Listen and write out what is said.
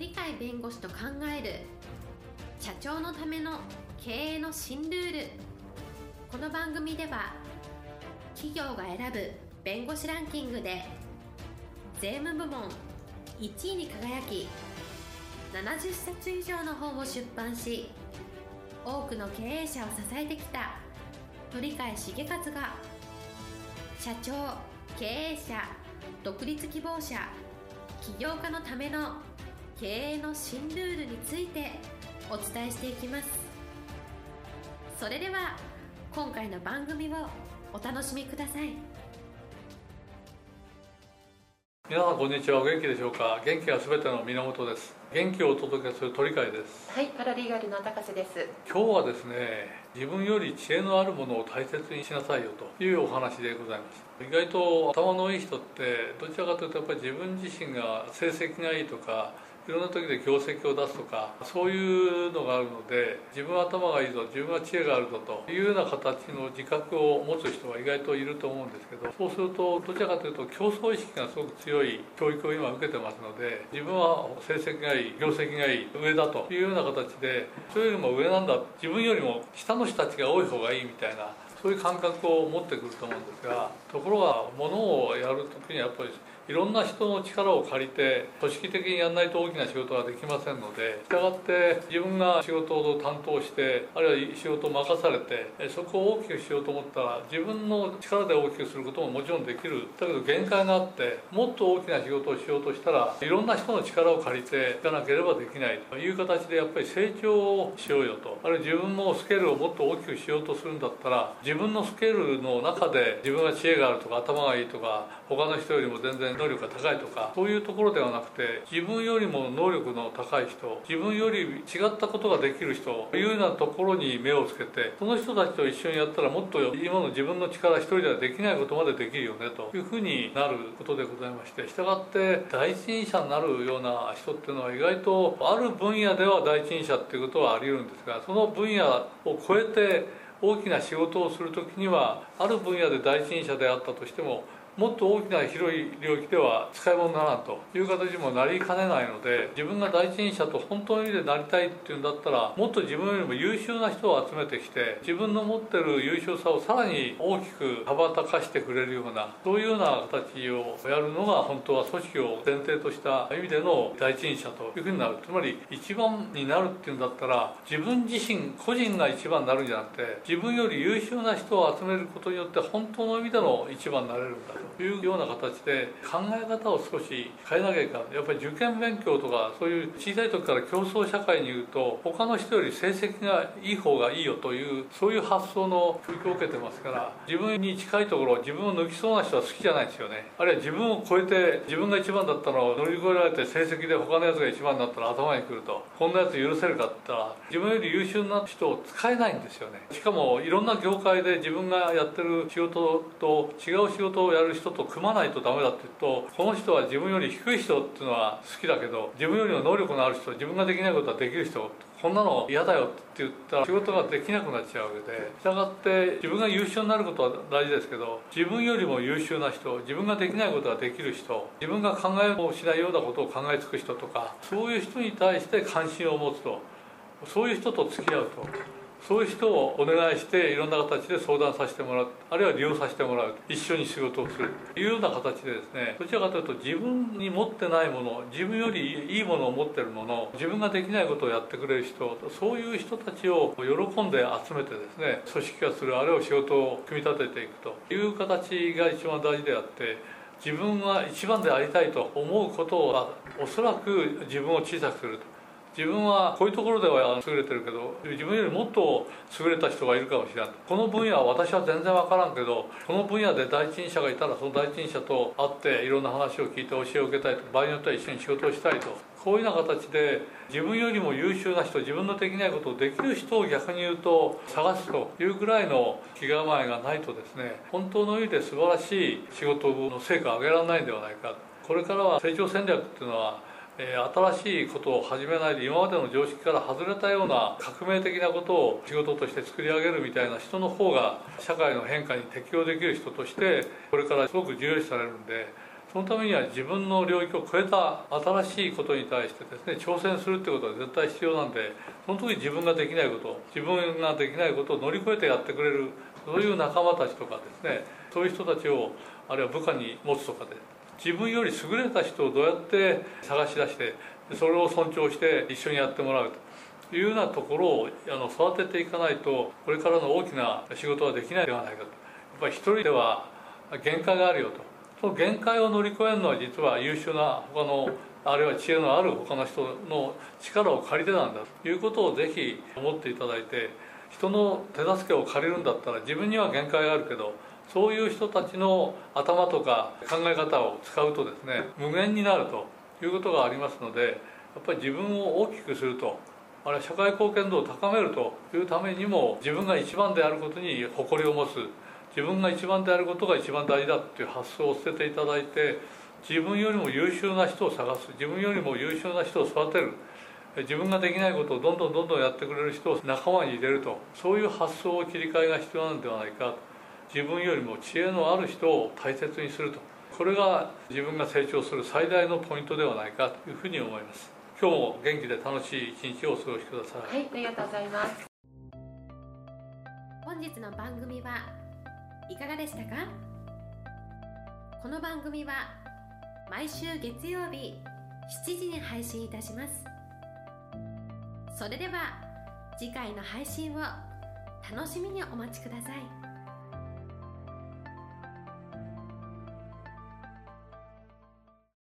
鳥飼弁護士と考える社長のための経営の新ルール。この番組では企業が選ぶ弁護士ランキングで税務部門1位に輝き、70冊以上の本を出版し、多くの経営者を支えてきた鳥飼茂勝が、社長、経営者、独立希望者、起業家のための経営の新ルールについてお伝えしていきます。それでは今回の番組をお楽しみください。 皆さんこんにちは。お元気でしょうか。元気がすべての源です。元気をお届けする鳥飼です。 はい、パラリーガルの高瀬です。 今日はですね、自分より知恵のあるものを大切にしなさいよというお話でございます。意外と頭のいい人ってどちらかというとやっぱり自分自身が成績がいいとか、いろんな時で業績を出すとか、そういうのがあるので、自分は頭がいいぞ、自分は知恵があるぞというような形の自覚を持つ人が意外といると思うんですけど、そうするとどちらかというと競争意識がすごく強い教育を今受けてますので、自分は成績がいい、業績がいい、上だというような形で、それよりも上なんだ、自分よりも下の人たちが多い方がいいみたいな、そういう感覚を持ってくると思うんですが、ところが物をやるときにはやっぱりいろんな人の力を借りて組織的にやらないと大きな仕事はできませんので、したがって自分が仕事を担当して、あるいは仕事を任されて、そこを大きくしようと思ったら自分の力で大きくすることももちろんできる。だけど限界があって、もっと大きな仕事をしようとしたらいろんな人の力を借りていかなければできないという形で、やっぱり成長をしようよと。あるいは自分もスケールをもっと大きくしようとするんだったら、自分のスケールの中で自分が知恵があるとか頭がいいとか、他の人よりも全然能力が高いとか、そういうところではなくて、自分よりも能力の高い人、自分より違ったことができる人というようなところに目をつけて、その人たちと一緒にやったらもっと今の自分の力一人ではできないことまでできるよねというふうになることでございまして、したがって第一人者になるような人っていうのは意外とある分野では第一人者っていうことはあり得るんですが、その分野を超えて大きな仕事をするときには、ある分野で第一人者であったとしても、もっと大きな広い領域では使い物にならんという形にもなりかねないので、自分が第一人者と本当の意味でなりたいっていうんだったら、もっと自分よりも優秀な人を集めてきて、自分の持ってる優秀さをさらに大きく羽ばたかしてくれるような、そういうような形をやるのが本当は組織を前提とした意味での第一人者というふうになる。つまり一番になるっていうんだったら、自分自身個人が一番になるんじゃなくて、自分より優秀な人を集めることによって本当の意味での一番になれるんだというような形で考え方を少し変えなきゃいけない。やっぱり受験勉強とかそういう小さい時から競争社会にいると、他の人より成績がいい方がいいよというそういう発想の教育を受けてますから、自分に近いところ、自分を抜きそうな人は好きじゃないですよね。あるいは自分を超えて自分が一番だったのを乗り越えられて成績で他のやつが一番だったら頭にくると、こんなやつ許せるかって言ったら自分より優秀な人を使えないんですよね。しかもいろんな業界で自分がやってる仕事と違う仕事をやる人と組まないとダメだって言うと、この人は自分より低い人っていうのは好きだけど、自分よりも能力のある人、自分ができないことはできる人、こんなの嫌だよって言ったら仕事ができなくなっちゃうわけで、したがって自分が優秀になることは大事ですけど、自分よりも優秀な人、自分ができないことができる人、自分が考えもしないようなことを考えつく人とか、そういう人に対して関心を持つと、そういう人と付き合うと、そういう人をお願いしていろんな形で相談させてもらう、あるいは利用させてもらう、一緒に仕事をするというような形でですね、どちらかというと自分に持ってないもの、自分よりいいものを持ってるもの、自分ができないことをやってくれる人、そういう人たちを喜んで集めてですね、組織化する、あるいは仕事を組み立てていくという形が一番大事であって、自分は一番でありたいと思うことはおそらく自分を小さくすると。自分はこういうところでは優れてるけど、自分よりもっと優れた人がいるかもしれない。この分野は私は全然分からんけど、この分野で第一人者がいたらその第一人者と会っていろんな話を聞いて教えを受けたいと、場合によっては一緒に仕事をしたいと、こういうような形で自分よりも優秀な人、自分のできないことをできる人を逆に言うと探すというぐらいの気構えがないとですね、本当の意味で素晴らしい仕事の成果を上げられないんではないか。これからは成長戦略っていうのは新しいことを始めないで、今までの常識から外れたような革命的なことを仕事として作り上げるみたいな人の方が社会の変化に適応できる人としてこれからすごく重要視されるんで、 そのためには自分の領域を超えた新しいことに対してですね、挑戦するってことが絶対必要なんで、その時自分ができないこと、自分ができないことを乗り越えてやってくれる、そういう仲間たちとかですね、そういう人たちをあるいは部下に持つとかで、自分より優れた人をどうやって探し出して、それを尊重して一緒にやってもらうというようなところを育てていかないと、これからの大きな仕事はできないではないかと。やっぱり一人では限界があるよと。その限界を乗り越えるのは実は優秀な他のあるいは知恵のある他の人の力を借りてなんだということをぜひ思っていただいて、人の手助けを借りるんだったら自分には限界があるけど、そういう人たちの頭とか考え方を使うとですね、無限になるということがありますので、やっぱり自分を大きくすると、あるいは社会貢献度を高めるというためにも、自分が一番であることに誇りを持つ、自分が一番であることが一番大事だっていう発想を捨てていただいて、自分よりも優秀な人を探す、自分よりも優秀な人を育てる、自分ができないことをどんどんやってくれる人を仲間に入れると、そういう発想を切り替えが必要なのではないかと。自分よりも知恵のある人を大切にすると、これが自分が成長する最大のポイントではないかというふうに思います。今日も元気で楽しい一日をお過ごしください。 はい、ありがとうございます。 本日の番組はいかがでしたか？この番組は毎週月曜日7時に配信いたします。それでは次回の配信を楽しみにお待ちください。